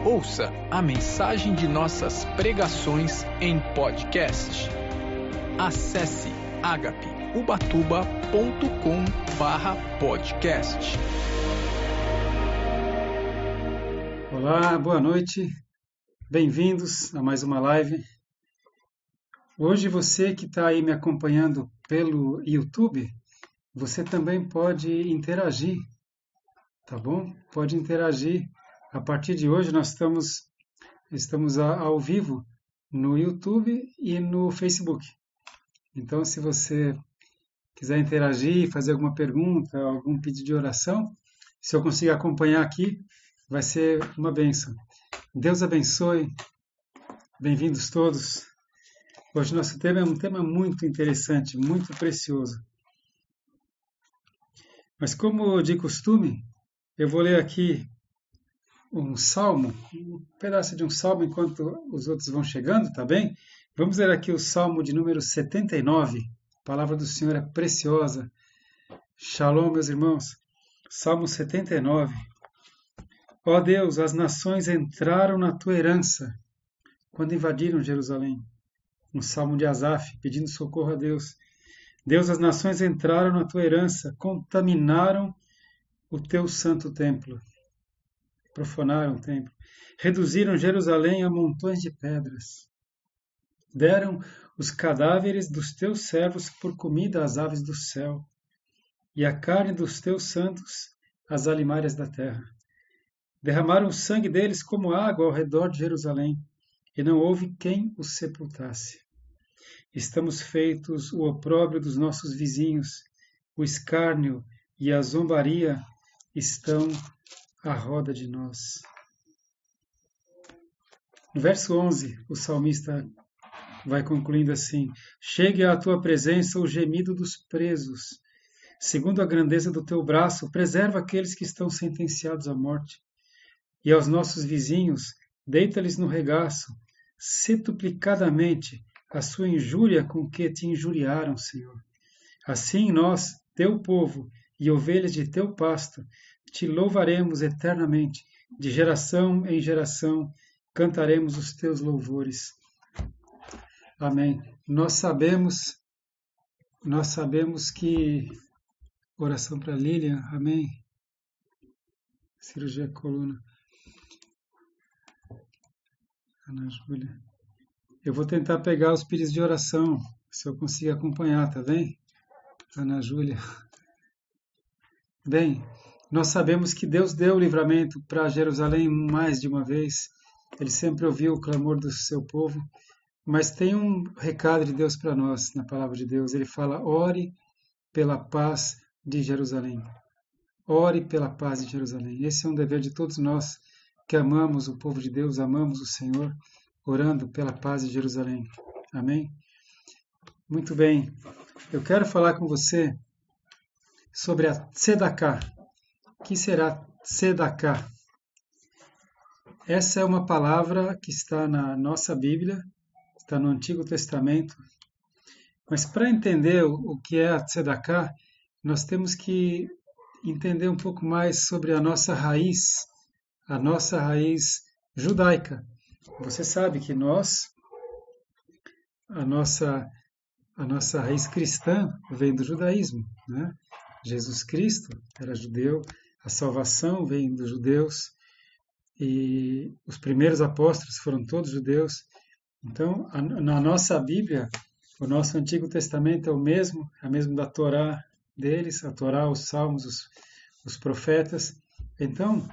Ouça a mensagem de nossas pregações em podcast. Acesse agapeubatuba.com/podcast. Olá, boa noite. Bem-vindos a mais uma live. Hoje você que está aí me acompanhando pelo YouTube, você também pode interagir, tá bom? Pode interagir. A partir de hoje nós estamos ao vivo no YouTube e no Facebook. Então, se você quiser interagir, fazer alguma pergunta, algum pedido de oração, se eu conseguir acompanhar aqui, vai ser uma bênção. Deus abençoe. Bem-vindos todos. Hoje nosso tema é um tema muito interessante, muito precioso. Mas como de costume, eu vou ler aqui um pedaço de um salmo enquanto os outros vão chegando, tá bem? Vamos ler aqui o salmo de número 79. A palavra do Senhor é preciosa. Shalom, meus irmãos. Salmo 79. Ó Deus, as nações entraram na tua herança quando invadiram Jerusalém. Um salmo de Asaf, pedindo socorro a Deus. Deus, as nações entraram na tua herança, contaminaram o teu santo templo. Profanaram o templo. Reduziram Jerusalém a montões de pedras. Deram os cadáveres dos teus servos por comida às aves do céu, e a carne dos teus santos às alimárias da terra. Derramaram o sangue deles como água ao redor de Jerusalém, e não houve quem os sepultasse. Estamos feitos o opróbrio dos nossos vizinhos, o escárnio e a zombaria estão à roda de nós. No verso 11, o salmista vai concluindo assim: chegue à tua presença o gemido dos presos. Segundo a grandeza do teu braço, preserva aqueles que estão sentenciados à morte. E aos nossos vizinhos, deita-lhes no regaço, setuplicadamente, a sua injúria com que te injuriaram, Senhor. Assim nós, teu povo e ovelhas de teu pasto, te louvaremos eternamente, de geração em geração, cantaremos os teus louvores. Amém. Nós sabemos que... Oração para Lilian, amém. Cirurgia coluna. Ana Júlia. Eu vou tentar pegar os pedidos de oração, se eu conseguir acompanhar, tá bem? Ana Júlia. Bem, nós sabemos que Deus deu o livramento para Jerusalém mais de uma vez. Ele sempre ouviu o clamor do seu povo. Mas tem um recado de Deus para nós, na palavra de Deus. Ele fala: ore pela paz de Jerusalém. Ore pela paz de Jerusalém. Esse é um dever de todos nós que amamos o povo de Deus, amamos o Senhor, orando pela paz de Jerusalém. Amém? Muito bem. Eu quero falar com você sobre a Tzedaká. O que será Tzedaká? Essa é uma palavra que está na nossa Bíblia, está no Antigo Testamento. Mas para entender o que é a Tzedaká, nós temos que entender um pouco mais sobre a nossa raiz judaica. Você sabe que a nossa raiz cristã vem do judaísmo, né? Jesus Cristo era judeu, a salvação vem dos judeus, e os primeiros apóstolos foram todos judeus. Então, na nossa Bíblia, o nosso Antigo Testamento é a mesmo da Torá deles, a Torá, os Salmos, os profetas. Então,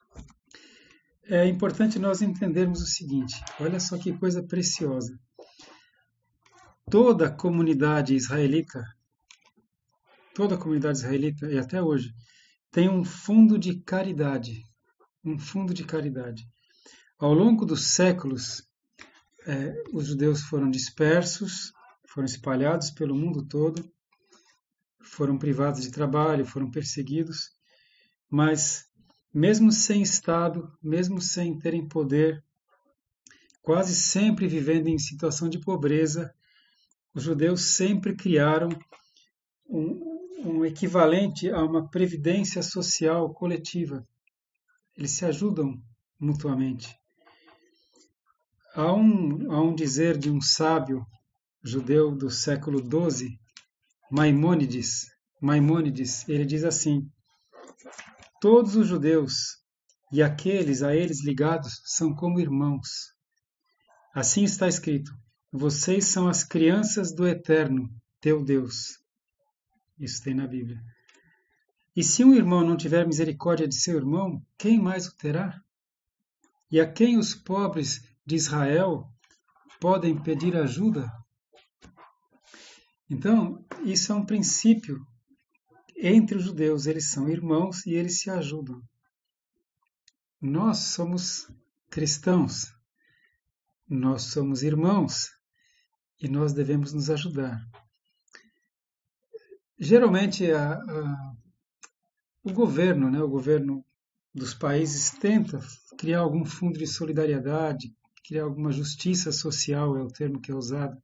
é importante nós entendermos o seguinte: olha só que coisa preciosa. Toda a comunidade israelita, e até hoje, tem um fundo de caridade. Ao longo dos séculos, os judeus foram dispersos, foram espalhados pelo mundo todo, foram privados de trabalho, foram perseguidos, mas mesmo sem Estado, mesmo sem terem poder, quase sempre vivendo em situação de pobreza, os judeus sempre criaram um equivalente a uma previdência social coletiva. Eles se ajudam mutuamente. Há um dizer de um sábio judeu do século XII, Maimônides, ele diz assim: todos os judeus e aqueles a eles ligados são como irmãos. Assim está escrito: vocês são as crianças do Eterno, teu Deus. Isso tem na Bíblia. E se um irmão não tiver misericórdia de seu irmão, quem mais o terá? E a quem os pobres de Israel podem pedir ajuda? Então, isso é um princípio entre os judeus. Eles são irmãos e eles se ajudam. Nós somos cristãos, nós somos irmãos e nós devemos nos ajudar. Geralmente, o governo dos países tenta criar algum fundo de solidariedade, criar alguma justiça social, é o termo que é usado.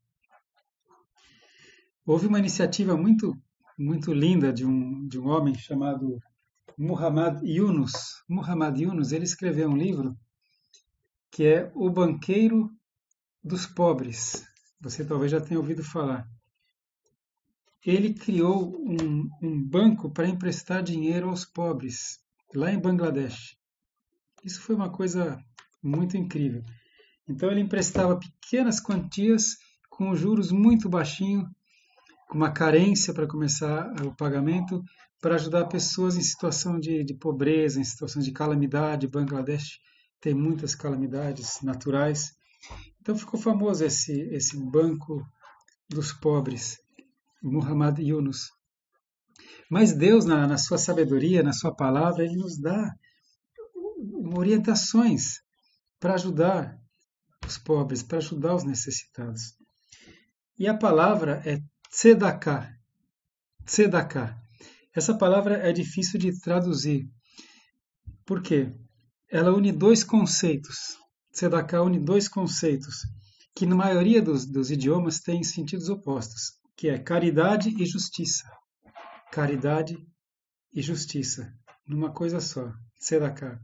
Houve uma iniciativa muito, muito linda de um homem chamado Muhammad Yunus. Muhammad Yunus, ele escreveu um livro que é O Banqueiro dos Pobres. Você talvez já tenha ouvido falar. Ele criou um banco para emprestar dinheiro aos pobres, lá em Bangladesh. Isso foi uma coisa muito incrível. Então ele emprestava pequenas quantias com juros muito baixinhos, com uma carência para começar o pagamento, para ajudar pessoas em situação de pobreza, em situação de calamidade. Bangladesh tem muitas calamidades naturais. Então ficou famoso esse banco dos pobres, Muhammad Yunus. Mas Deus, na sua sabedoria, na sua palavra, Ele nos dá orientações para ajudar os pobres, para ajudar os necessitados. E a palavra é tzedakah. Tzedakah. Essa palavra é difícil de traduzir. Por quê? Ela une dois conceitos. Tzedakah une dois conceitos que na maioria dos idiomas têm sentidos opostos, que é caridade e justiça. Caridade e justiça, numa coisa só, tzedakah.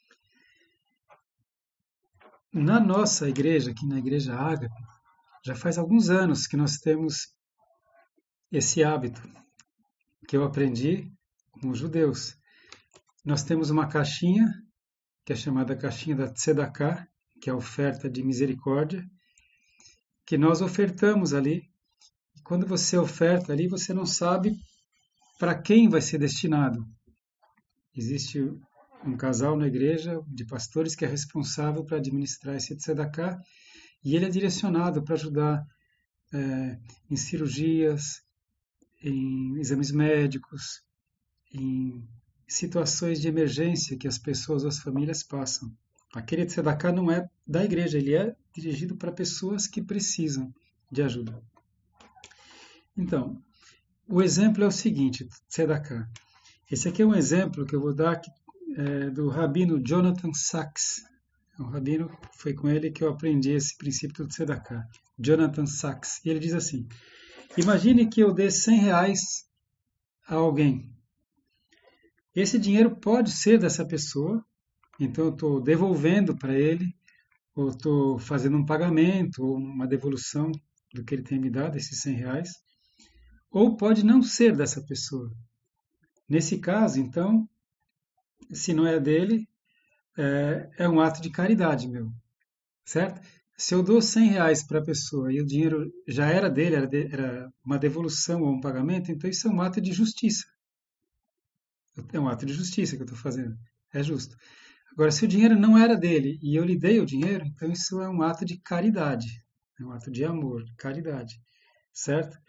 Na nossa igreja, aqui na Igreja Ágape, já faz alguns anos que nós temos esse hábito, que eu aprendi com os judeus. Nós temos uma caixinha, que é chamada caixinha da tzedakah, que é a oferta de misericórdia, que nós ofertamos ali. E quando você oferta ali, você não sabe para quem vai ser destinado. Existe um casal na igreja de pastores que é responsável para administrar esse tzedakah, e ele é direcionado para ajudar em cirurgias, em exames médicos, em situações de emergência que as pessoas ou as famílias passam. Aquele tzedakah não é da igreja, ele é dirigido para pessoas que precisam de ajuda. Então, o exemplo é o seguinte, tzedakah. Esse aqui é um exemplo que eu vou dar do rabino Jonathan Sacks. É um rabino, foi com ele que eu aprendi esse princípio do tzedakah. Jonathan Sacks. E ele diz assim: imagine que eu dê R$100 a alguém. Esse dinheiro pode ser dessa pessoa, então eu estou devolvendo para ele, ou estou fazendo um pagamento, ou uma devolução do que ele tem me dado, esses R$100, ou pode não ser dessa pessoa. Nesse caso, então, se não é dele, é um ato de caridade meu, certo? Se eu dou R$100 para a pessoa e o dinheiro já era dele, era uma devolução ou um pagamento, então isso é um ato de justiça. É um ato de justiça que eu estou fazendo. É justo. Agora, se o dinheiro não era dele e eu lhe dei o dinheiro, então isso é um ato de caridade. É um ato de amor, de caridade. Certo?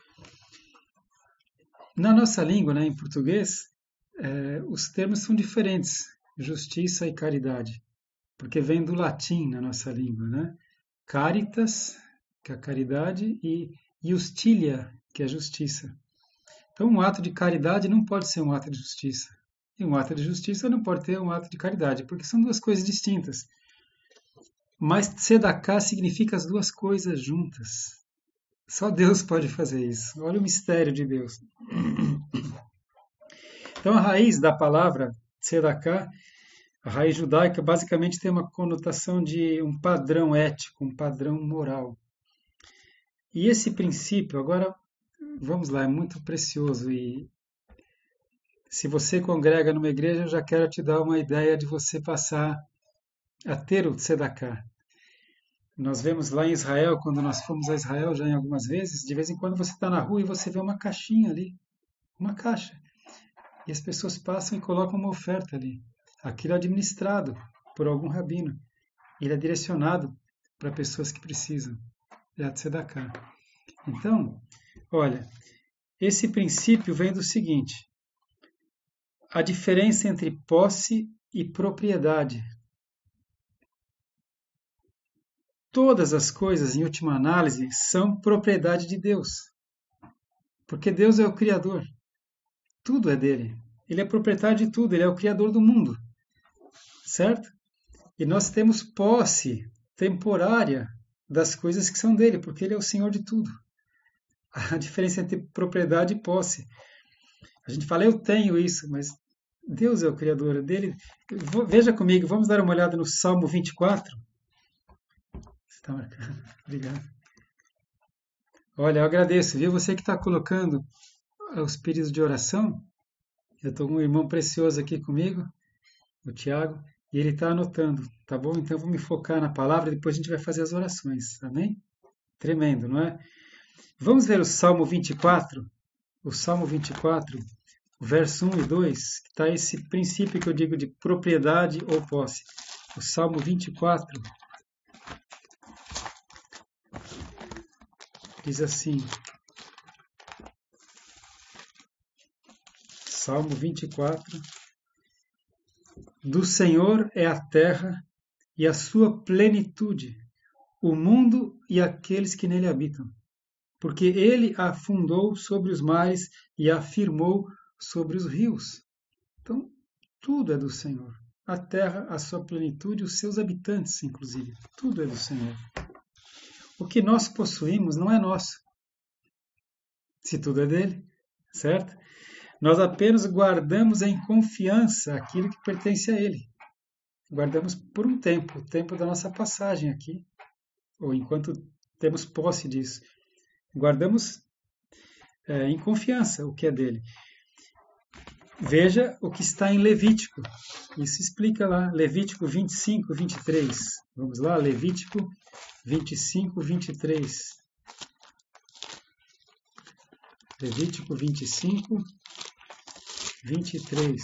Na nossa língua, né, em português, os termos são diferentes. Justiça e caridade. Porque vem do latim na nossa língua, né? Caritas, que é a caridade, e justilia, que é a justiça. Então, um ato de caridade não pode ser um ato de justiça. E um ato de justiça não pode ter um ato de caridade, porque são duas coisas distintas. Mas tzedakah significa as duas coisas juntas. Só Deus pode fazer isso. Olha o mistério de Deus. Então, a raiz da palavra tzedakah, A raiz judaica basicamente tem uma conotação de um padrão ético, um padrão moral. E esse princípio, agora, vamos lá, é muito precioso. E se você congrega numa igreja, eu já quero te dar uma ideia de você passar a ter o tzedakah. Nós vemos lá em Israel, quando nós fomos a Israel já em algumas vezes, de vez em quando você está na rua e você vê uma caixinha ali, uma caixa. E as pessoas passam e colocam uma oferta ali. Aquilo é administrado por algum rabino. Ele é direcionado para pessoas que precisam. É a tzedakah. Então, olha, esse princípio vem do seguinte: a diferença entre posse e propriedade. Todas as coisas, em última análise, são propriedade de Deus. Porque Deus é o Criador. Tudo é dele. Ele é proprietário de tudo. Ele é o Criador do mundo. Certo? E nós temos posse temporária das coisas que são dele, porque ele é o Senhor de tudo. A diferença entre propriedade e posse. A gente fala, eu tenho isso, mas Deus é o Criador dele. Veja comigo, vamos dar uma olhada no Salmo 24. Está marcando. Obrigado. Olha, eu agradeço, viu? Você que está colocando os pedidos de oração. Eu estou com um irmão precioso aqui comigo, o Tiago, e ele está anotando, tá bom? Então eu vou me focar na palavra e depois a gente vai fazer as orações, amém? Tremendo, não é? Vamos ver o Salmo 24, o Salmo 24, o verso 1 e 2, que está esse princípio que eu digo de propriedade ou posse. O Salmo 24 diz assim, Salmo 24, do Senhor é a terra e a sua plenitude, o mundo e aqueles que nele habitam, porque ele a afundou sobre os mares e a firmou sobre os rios. Então, tudo é do Senhor. A terra, a sua plenitude, os seus habitantes, inclusive. Tudo é do Senhor. O que nós possuímos não é nosso, se tudo é dele, certo? Nós apenas guardamos em confiança aquilo que pertence a ele. Guardamos por um tempo, o tempo da nossa passagem aqui, ou enquanto temos posse disso. Guardamos em confiança o que é dele. Veja o que está em Levítico. Isso explica lá, Levítico 25, 23. Vamos lá, Levítico 25, 23. Levítico 25, 23.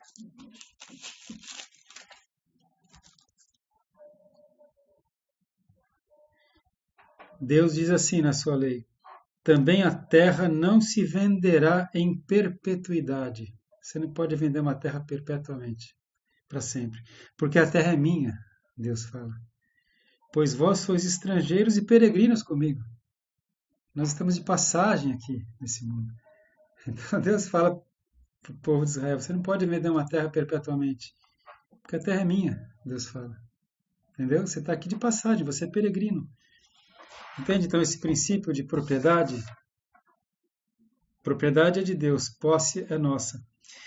Deus diz assim na sua lei: também a terra não se venderá em perpetuidade. Você não pode vender uma terra perpetuamente, para sempre. Porque a terra é minha, Deus fala. Pois vós sois estrangeiros e peregrinos comigo. Nós estamos de passagem aqui nesse mundo. Então Deus fala para o povo de Israel: você não pode vender uma terra perpetuamente. Porque a terra é minha, Deus fala. Entendeu? Você está aqui de passagem, você é peregrino. Entende então esse princípio de propriedade? Propriedade é de Deus, posse é nossa.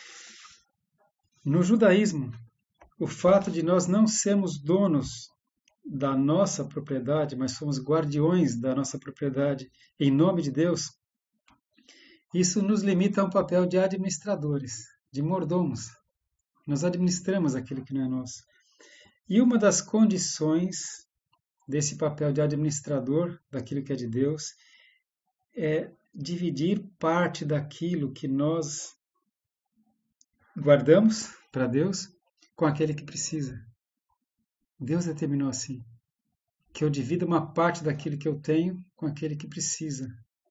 No judaísmo, o fato de nós não sermos donos da nossa propriedade, mas somos guardiões da nossa propriedade em nome de Deus, isso nos limita a um papel de administradores, de mordomos. Nós administramos aquilo que não é nosso. E uma das condições desse papel de administrador daquilo que é de Deus é dividir parte daquilo que nós guardamos para Deus com aquele que precisa. Deus determinou assim, que eu divida uma parte daquilo que eu tenho com aquele que precisa.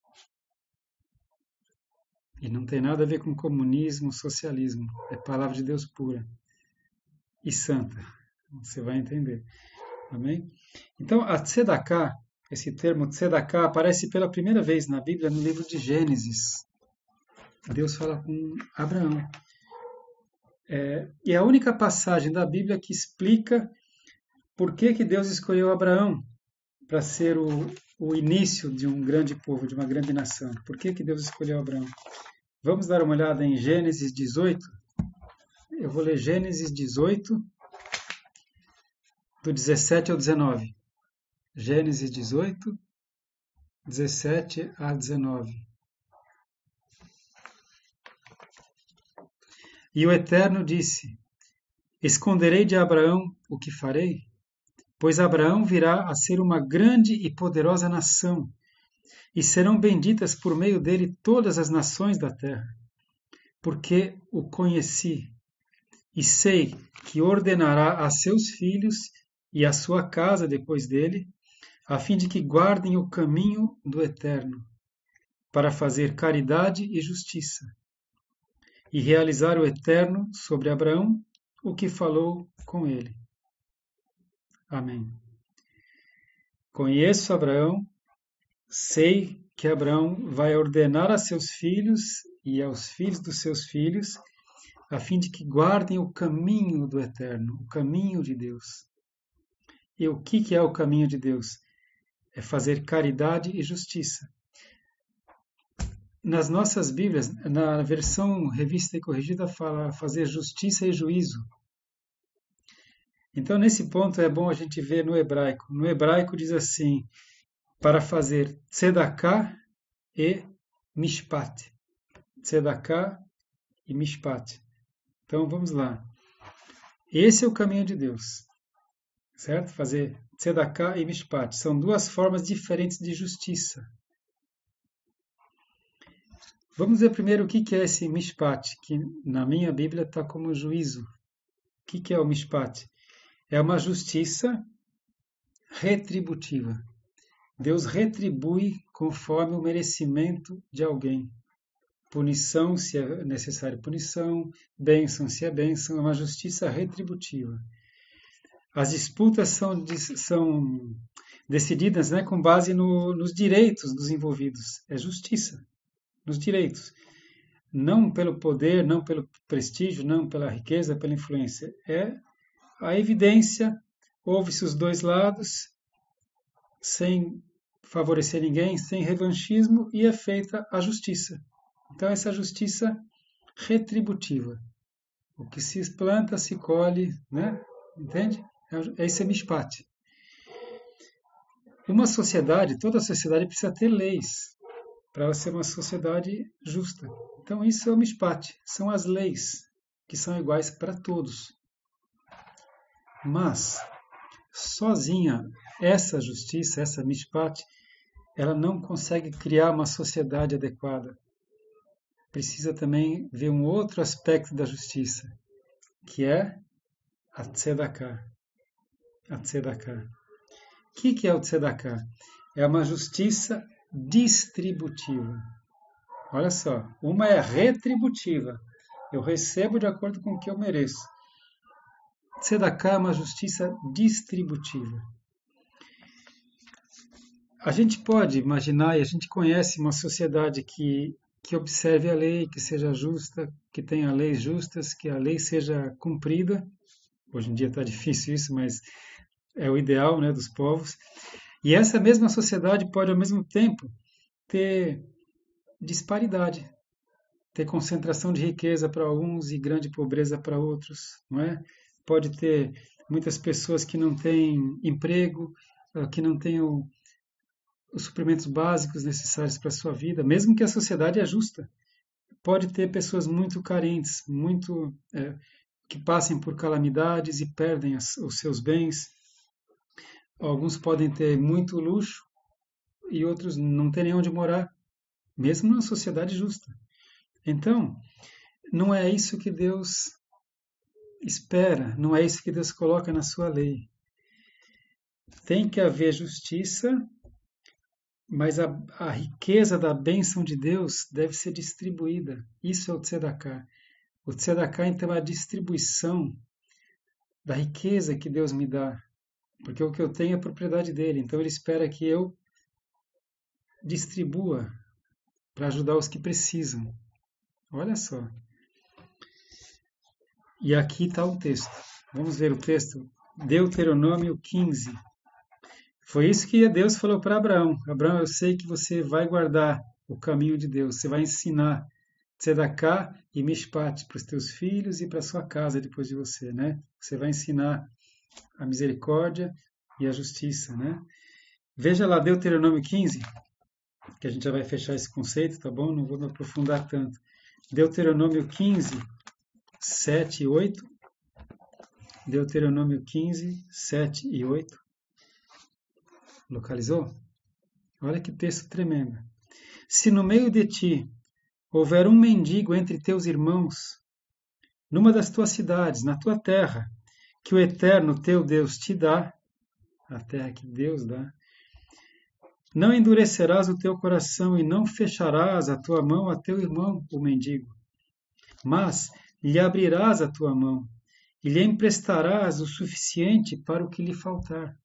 E não tem nada a ver com comunismo, socialismo. É palavra de Deus pura e santa. Você vai entender. Amém? Então, a tzedakah, esse termo tzedakah, aparece pela primeira vez na Bíblia no livro de Gênesis. Deus fala com Abraão. E a única passagem da Bíblia que explica por que Deus escolheu Abraão para ser o início de um grande povo, de uma grande nação. Por que Deus escolheu Abraão? Vamos dar uma olhada em Gênesis 18. Eu vou ler Gênesis 18, do 17 ao 19. Gênesis 18, 17 a 19. E o Eterno disse: Esconderei de Abraão o que farei? Pois Abraão virá a ser uma grande e poderosa nação, e serão benditas por meio dele todas as nações da terra. Porque o conheci, e sei que ordenará a seus filhos e a sua casa depois dele, a fim de que guardem o caminho do Eterno, para fazer caridade e justiça, e realizar o Eterno sobre Abraão o que falou com ele. Amém. Conheço Abraão, sei que Abraão vai ordenar a seus filhos e aos filhos dos seus filhos, a fim de que guardem o caminho do Eterno, o caminho de Deus. E o que é o caminho de Deus? É fazer caridade e justiça. Nas nossas Bíblias, na versão revista e corrigida, fala fazer justiça e juízo. Então, nesse ponto, é bom a gente ver no hebraico. No hebraico diz assim, para fazer tzedakah e mishpat. Tzedakah e mishpat. Então, vamos lá. Esse é o caminho de Deus. Certo? Fazer tzedakah e mishpat. São duas formas diferentes de justiça. Vamos ver primeiro o que é esse mishpat, que na minha Bíblia está como juízo. O que é o mishpat? É uma justiça retributiva. Deus retribui conforme o merecimento de alguém. Punição, se é necessário punição, bênção, se é bênção, é uma justiça retributiva. As disputas são decididas, né, com base nos direitos dos envolvidos. É justiça. Nos direitos, não pelo poder, não pelo prestígio, não pela riqueza, pela influência. É a evidência, ouve-se os dois lados, sem favorecer ninguém, sem revanchismo, e é feita a justiça. Então, essa justiça retributiva. O que se planta, se colhe, né? Entende? Esse é mishpat. Uma sociedade, toda sociedade precisa ter leis, para ela ser uma sociedade justa. Então, isso é o mishpat, são as leis, que são iguais para todos. Mas, sozinha, essa justiça, essa mishpat, ela não consegue criar uma sociedade adequada. Precisa também ver um outro aspecto da justiça, que é a tzedakah. A tzedakah. O que é o tzedakah? É uma justiça distributiva. Olha só, uma é retributiva. Eu recebo de acordo com o que eu mereço. Tzedakah é uma justiça distributiva. A gente pode imaginar, e a gente conhece uma sociedade que observe a lei, que seja justa, que tenha leis justas, que a lei seja cumprida. Hoje em dia está difícil isso, mas é o ideal, né, dos povos. E essa mesma sociedade pode, ao mesmo tempo, ter disparidade, ter concentração de riqueza para alguns e grande pobreza para outros, não é? Pode ter muitas pessoas que não têm emprego, que não têm os suprimentos básicos necessários para a sua vida, mesmo que a sociedade é justa. Pode ter pessoas muito carentes, que passem por calamidades e perdem os seus bens. Alguns podem ter muito luxo e outros não terem onde morar, mesmo numa sociedade justa. Então, não é isso que Deus espera, não é isso que Deus coloca na sua lei. Tem que haver justiça, mas a riqueza da bênção de Deus deve ser distribuída. Isso é o tzedakah. O tzedakah, então, é a distribuição da riqueza que Deus me dá. Porque o que eu tenho é propriedade dele. Então, ele espera que eu distribua para ajudar os que precisam. Olha só. E aqui está o texto. Vamos ver o texto. Deuteronômio 15. Foi isso que Deus falou para Abraão. Abraão, eu sei que você vai guardar o caminho de Deus. Você vai ensinar tzedakah e mishpat para os teus filhos e para a sua casa depois de você, né? Você vai ensinar a misericórdia e a justiça, né? Veja lá Deuteronômio 15, que a gente já vai fechar esse conceito, tá bom? Não vou me aprofundar tanto. Deuteronômio 15, 7 e 8. Deuteronômio 15, 7 e 8. Localizou? Olha que texto tremendo. Se no meio de ti houver um mendigo entre teus irmãos, numa das tuas cidades, na tua terra, que o Eterno teu Deus te dá, a terra que Deus dá, não endurecerás o teu coração e não fecharás a tua mão a teu irmão, o mendigo, mas lhe abrirás a tua mão e lhe emprestarás o suficiente para o que lhe faltar.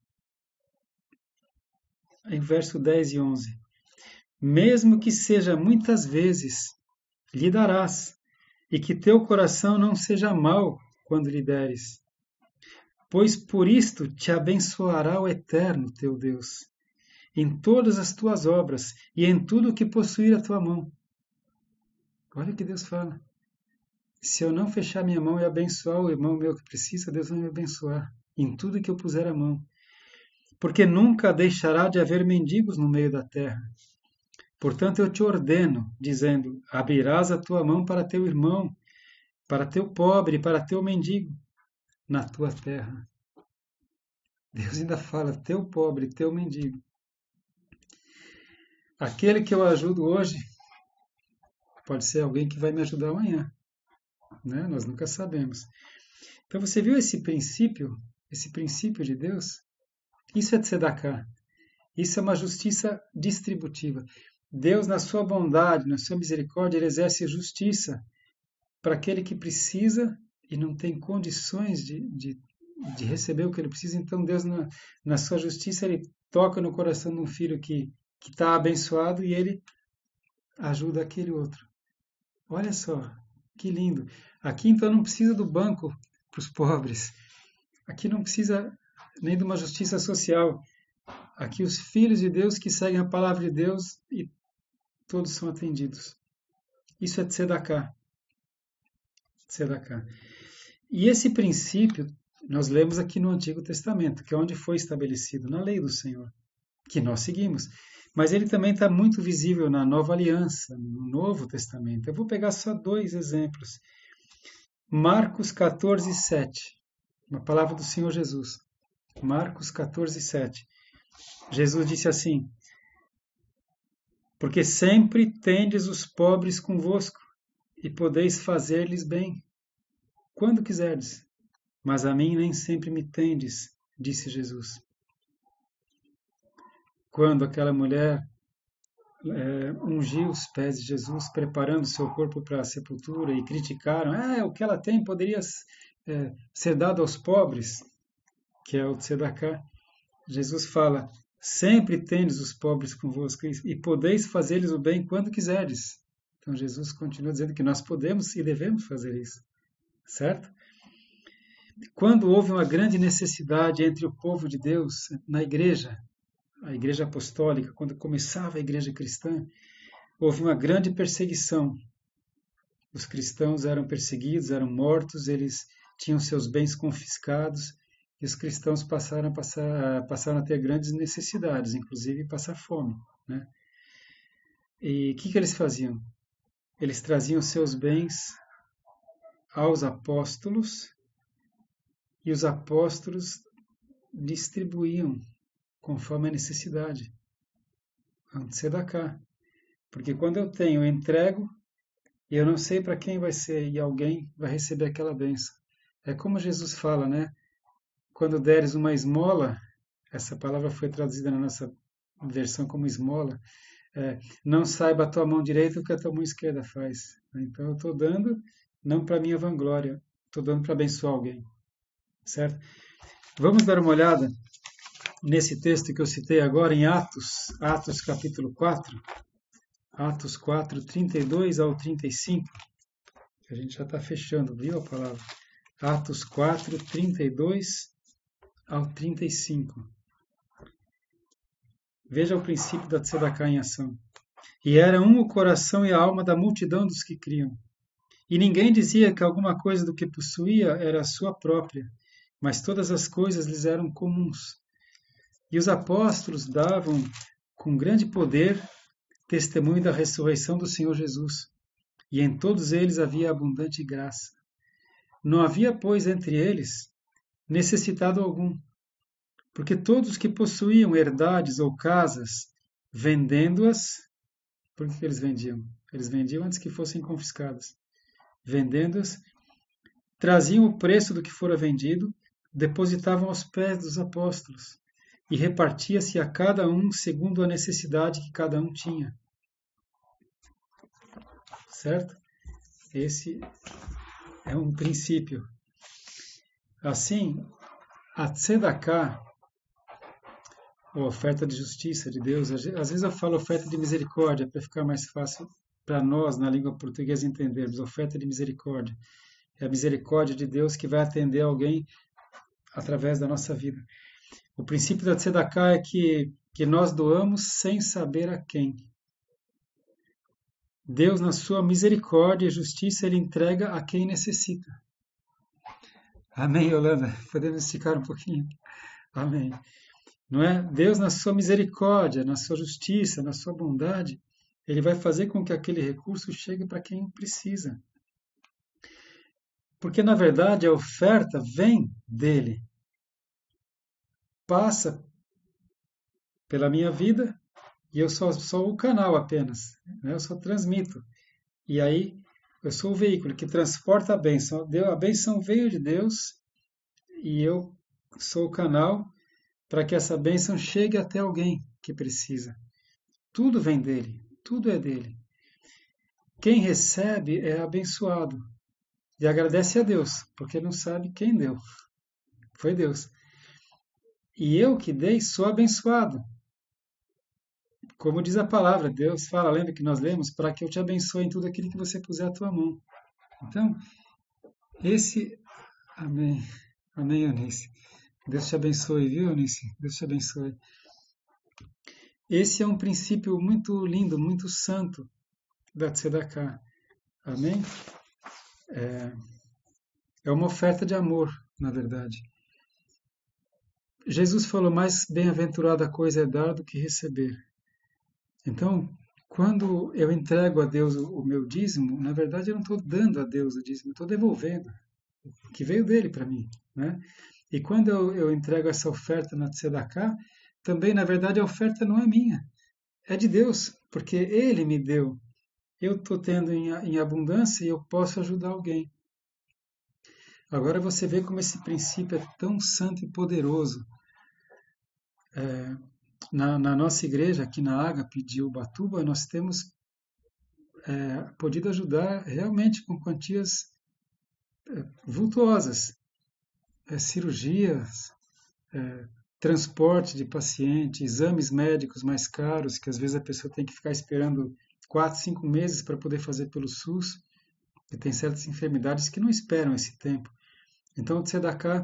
Em verso 10 e 11. Mesmo que seja muitas vezes, lhe darás, e que teu coração não seja mau quando lhe deres. Pois por isto te abençoará o Eterno teu Deus, em todas as tuas obras e em tudo o que possuir a tua mão. Olha o que Deus fala. Se eu não fechar minha mão e abençoar o irmão meu que precisa, Deus vai me abençoar em tudo que eu puser a mão. Porque nunca deixará de haver mendigos no meio da terra. Portanto, eu te ordeno, dizendo, abrirás a tua mão para teu irmão, para teu pobre, para teu mendigo, na tua terra. Deus ainda fala, teu pobre, teu mendigo. Aquele que eu ajudo hoje, pode ser alguém que vai me ajudar amanhã. Né? Nós nunca sabemos. Então, você viu esse princípio de Deus? Isso é tzedakah. Isso é uma justiça distributiva. Deus, na sua bondade, na sua misericórdia, ele exerce justiça para aquele que precisa e não tem condições de receber o que ele precisa. Então, Deus, na sua justiça, ele toca no coração de um filho que está abençoado e ele ajuda aquele outro. Olha só, que lindo. Aqui, então, não precisa do banco para os pobres. Aqui não precisa nem de uma justiça social. Aqui os filhos de Deus que seguem a palavra de Deus e todos são atendidos. Isso é tzedakah. Tzedakah. E esse princípio nós lemos aqui no Antigo Testamento, que é onde foi estabelecido, na lei do Senhor, que nós seguimos. Mas ele também está muito visível na Nova Aliança, no Novo Testamento. Eu vou pegar só 2 exemplos. Marcos 14, 7. Uma palavra do Senhor Jesus. Marcos 14, 7. Jesus disse assim, porque sempre tendes os pobres convosco, e podeis fazer-lhes bem, quando quiserdes. Mas a mim nem sempre me tendes, disse Jesus. Quando aquela mulher ungiu os pés de Jesus, preparando seu corpo para a sepultura, e criticaram, o que ela tem poderia ser dado aos pobres, que é o tzedakah. Jesus fala, sempre tendes os pobres convosco, e podeis fazer-lhes o bem quando quiserdes. Então Jesus continua dizendo que nós podemos e devemos fazer isso, certo? Quando houve uma grande necessidade entre o povo de Deus, na igreja, a igreja apostólica, quando começava a igreja cristã, houve uma grande perseguição. Os cristãos eram perseguidos, eram mortos, eles tinham seus bens confiscados, e os cristãos passaram a ter grandes necessidades, inclusive passar fome. Né? E o que eles faziam? Eles traziam seus bens aos apóstolos, e os apóstolos distribuíam conforme a necessidade. Tzedakah. Porque quando eu tenho, eu entrego, e eu não sei para quem vai ser, e alguém vai receber aquela bênção. É como Jesus fala, né? Quando deres uma esmola, essa palavra foi traduzida na nossa versão como esmola, não saiba a tua mão direita o que a tua mão esquerda faz. Então eu estou dando, não para minha vanglória, estou dando para abençoar alguém. Certo? Vamos dar uma olhada nesse texto que eu citei agora em Atos capítulo 4, Atos 4, 32 ao 35. A gente já está fechando, viu a palavra? Atos 4, 32 ao 35. Veja o princípio da tzedakah em ação. E era o coração e a alma da multidão dos que criam. E ninguém dizia que alguma coisa do que possuía era sua própria, mas todas as coisas lhes eram comuns. E os apóstolos davam, com grande poder, testemunho da ressurreição do Senhor Jesus. E em todos eles havia abundante graça. Não havia, pois, entre eles necessitado algum, porque todos que possuíam herdades ou casas, vendendo-as, por que eles vendiam? Eles vendiam antes que fossem confiscadas. Vendendo-as, traziam o preço do que fora vendido, depositavam aos pés dos apóstolos, e repartia-se a cada um segundo a necessidade que cada um tinha. Certo? Esse é um princípio. Assim, a tzedakah, a oferta de justiça de Deus, às vezes eu falo oferta de misericórdia, para ficar mais fácil para nós, na língua portuguesa, entendermos. Oferta de misericórdia. É a misericórdia de Deus que vai atender alguém através da nossa vida. O princípio da tzedakah é que nós doamos sem saber a quem. Deus, na sua misericórdia e justiça, Ele entrega a quem necessita. Amém, Yolanda? Podemos esticar um pouquinho? Amém. Não é? Deus, na sua misericórdia, na sua justiça, na sua bondade, Ele vai fazer com que aquele recurso chegue para quem precisa. Porque, na verdade, a oferta vem dEle. Passa pela minha vida e eu sou o canal apenas. Né? Eu só transmito. E aí, eu sou o veículo que transporta a bênção. A bênção veio de Deus e eu sou o canal para que essa bênção chegue até alguém que precisa. Tudo vem dele, tudo é dele. Quem recebe é abençoado e agradece a Deus, porque não sabe quem deu. Foi Deus. E eu que dei sou abençoado. Como diz a palavra, Deus fala, lembra que nós lemos, para que eu te abençoe em tudo aquilo que você puser a tua mão. Então, amém, amém, Eunice. Deus te abençoe, viu, Eunice? Deus te abençoe. Esse é um princípio muito lindo, muito santo da tzedakah. Amém? É uma oferta de amor, na verdade. Jesus falou, mais bem-aventurada coisa é dar do que receber. Então, quando eu entrego a Deus o meu dízimo, na verdade eu não estou dando a Deus o dízimo, eu estou devolvendo o que veio dele para mim. Né? E quando eu entrego essa oferta na tzedakah, também, na verdade, a oferta não é minha, é de Deus, porque Ele me deu. Eu estou tendo em abundância e eu posso ajudar alguém. Agora você vê como esse princípio é tão santo e poderoso. Na nossa igreja, aqui na Ágape de Ubatuba, nós temos podido ajudar realmente com quantias vultuosas. Cirurgias, transporte de paciente, exames médicos mais caros, que às vezes a pessoa tem que ficar esperando 4, 5 meses para poder fazer pelo SUS, e tem certas enfermidades que não esperam esse tempo. Então, o tzedakah,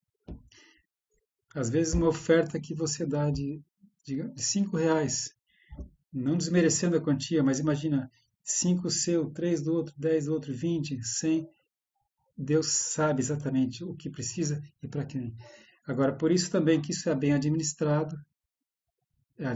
às vezes uma oferta que você dá de R$5, não desmerecendo a quantia, mas imagina, 5 seu, 3 do outro, 10 do outro, 20, 100, Deus sabe exatamente o que precisa e para quem. Agora, por isso também que isso é bem administrado, é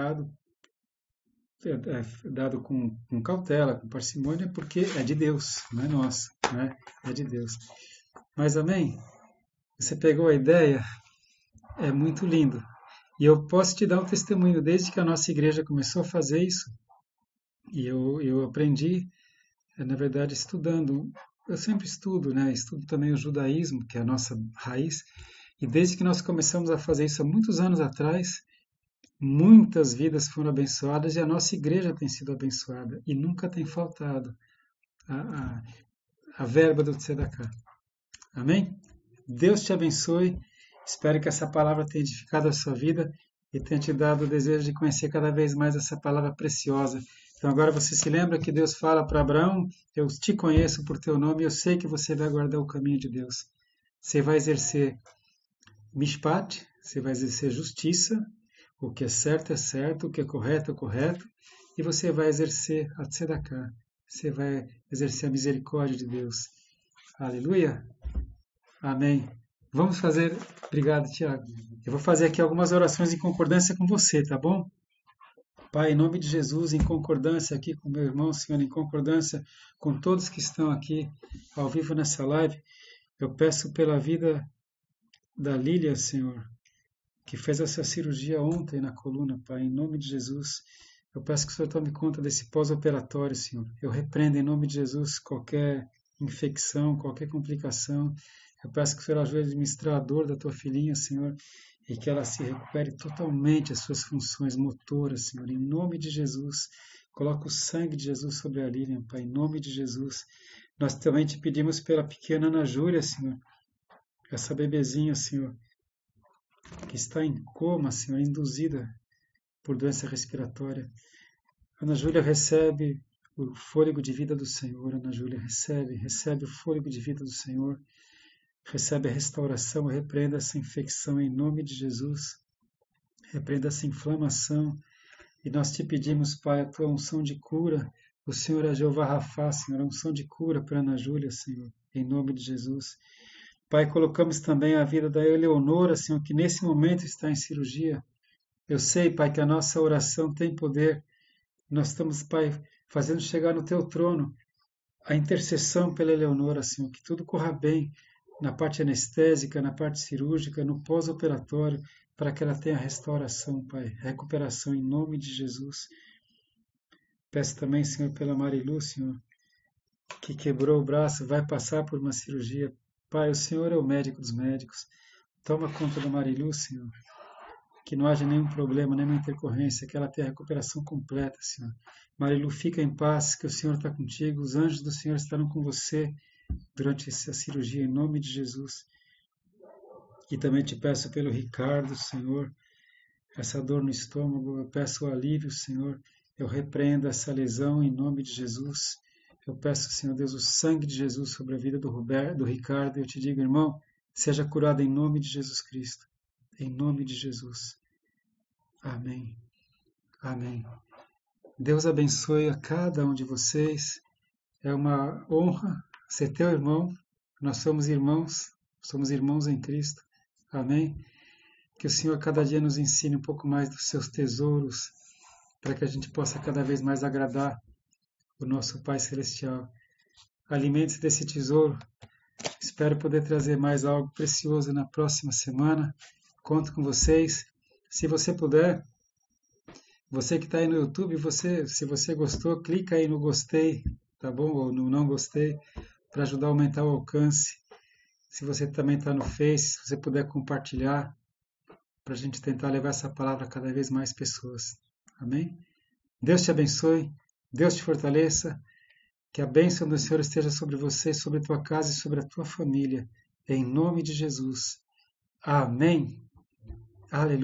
dado com cautela, com parcimônia, porque é de Deus, não é nosso, né? É de Deus. Mas amém? Você pegou a ideia? É muito lindo. E eu posso te dar um testemunho, desde que a nossa igreja começou a fazer isso, e eu aprendi, na verdade, estudando. Eu sempre estudo, né? Estudo também o judaísmo, que é a nossa raiz, e desde que nós começamos a fazer isso há muitos anos atrás, muitas vidas foram abençoadas e a nossa igreja tem sido abençoada, e nunca tem faltado a verba do tzedakah. Amém? Deus te abençoe. Espero que essa palavra tenha edificado a sua vida e tenha te dado o desejo de conhecer cada vez mais essa palavra preciosa. Então agora você se lembra que Deus fala para Abraão, eu te conheço por teu nome e eu sei que você vai guardar o caminho de Deus. Você vai exercer mishpat, você vai exercer justiça, o que é certo, o que é correto, e você vai exercer a tzedakah, você vai exercer a misericórdia de Deus. Aleluia! Amém! Vamos fazer... Obrigado, Tiago. Eu vou fazer aqui algumas orações em concordância com você, tá bom? Pai, em nome de Jesus, em concordância aqui com meu irmão, Senhor, em concordância com todos que estão aqui ao vivo nessa live, eu peço pela vida da Lília, Senhor, que fez essa cirurgia ontem na coluna, Pai, em nome de Jesus. Eu peço que o Senhor tome conta desse pós-operatório, Senhor. Eu repreendo em nome de Jesus qualquer infecção, qualquer complicação. Eu peço que o Senhor ajude a administrar a dor da tua filhinha, Senhor, e que ela se recupere totalmente as suas funções motoras, Senhor, em nome de Jesus. Coloca o sangue de Jesus sobre a Lilian, Pai, em nome de Jesus. Nós também te pedimos pela pequena Ana Júlia, Senhor, essa bebezinha, Senhor, que está em coma, Senhor, induzida por doença respiratória. Ana Júlia recebe o fôlego de vida do Senhor, Ana Júlia recebe o fôlego de vida do Senhor. Recebe a restauração, repreenda essa infecção em nome de Jesus, repreenda essa inflamação, e nós te pedimos, Pai, a tua unção de cura, o Senhor é Jeová Rafá, Senhor, a unção de cura para Ana Júlia, Senhor, em nome de Jesus. Pai, colocamos também a vida da Eleonora, Senhor, que nesse momento está em cirurgia. Eu sei, Pai, que a nossa oração tem poder, nós estamos, Pai, fazendo chegar no teu trono a intercessão pela Eleonora, Senhor, que tudo corra bem, na parte anestésica, na parte cirúrgica, no pós-operatório, para que ela tenha restauração, Pai, recuperação em nome de Jesus. Peço também, Senhor, pela Marilu, Senhor, que quebrou o braço, vai passar por uma cirurgia. Pai, o Senhor é o médico dos médicos. Toma conta da Marilu, Senhor, que não haja nenhum problema, nenhuma intercorrência, que ela tenha recuperação completa, Senhor. Marilu, fica em paz, que o Senhor está contigo, os anjos do Senhor estarão com você durante essa cirurgia, em nome de Jesus. E também te peço pelo Ricardo, Senhor, essa dor no estômago, eu peço o alívio, Senhor, eu repreendo essa lesão em nome de Jesus. Eu peço, Senhor Deus, o sangue de Jesus sobre a vida do Ricardo, e eu te digo, irmão, seja curado em nome de Jesus Cristo, em nome de Jesus. Amém. Amém. Deus abençoe a cada um de vocês, é uma honra ser teu irmão, nós somos irmãos em Cristo, amém? Que o Senhor cada dia nos ensine um pouco mais dos seus tesouros, para que a gente possa cada vez mais agradar o nosso Pai Celestial. Alimente-se desse tesouro, espero poder trazer mais algo precioso na próxima semana, conto com vocês, se você puder, você que está aí no YouTube, se você gostou, clica aí no gostei, tá bom? Ou no não gostei, para ajudar a aumentar o alcance. Se você também está no Face, se você puder compartilhar, para a gente tentar levar essa palavra a cada vez mais pessoas. Amém? Deus te abençoe, Deus te fortaleça, que a bênção do Senhor esteja sobre você, sobre a tua casa e sobre a tua família, em nome de Jesus. Amém. Aleluia.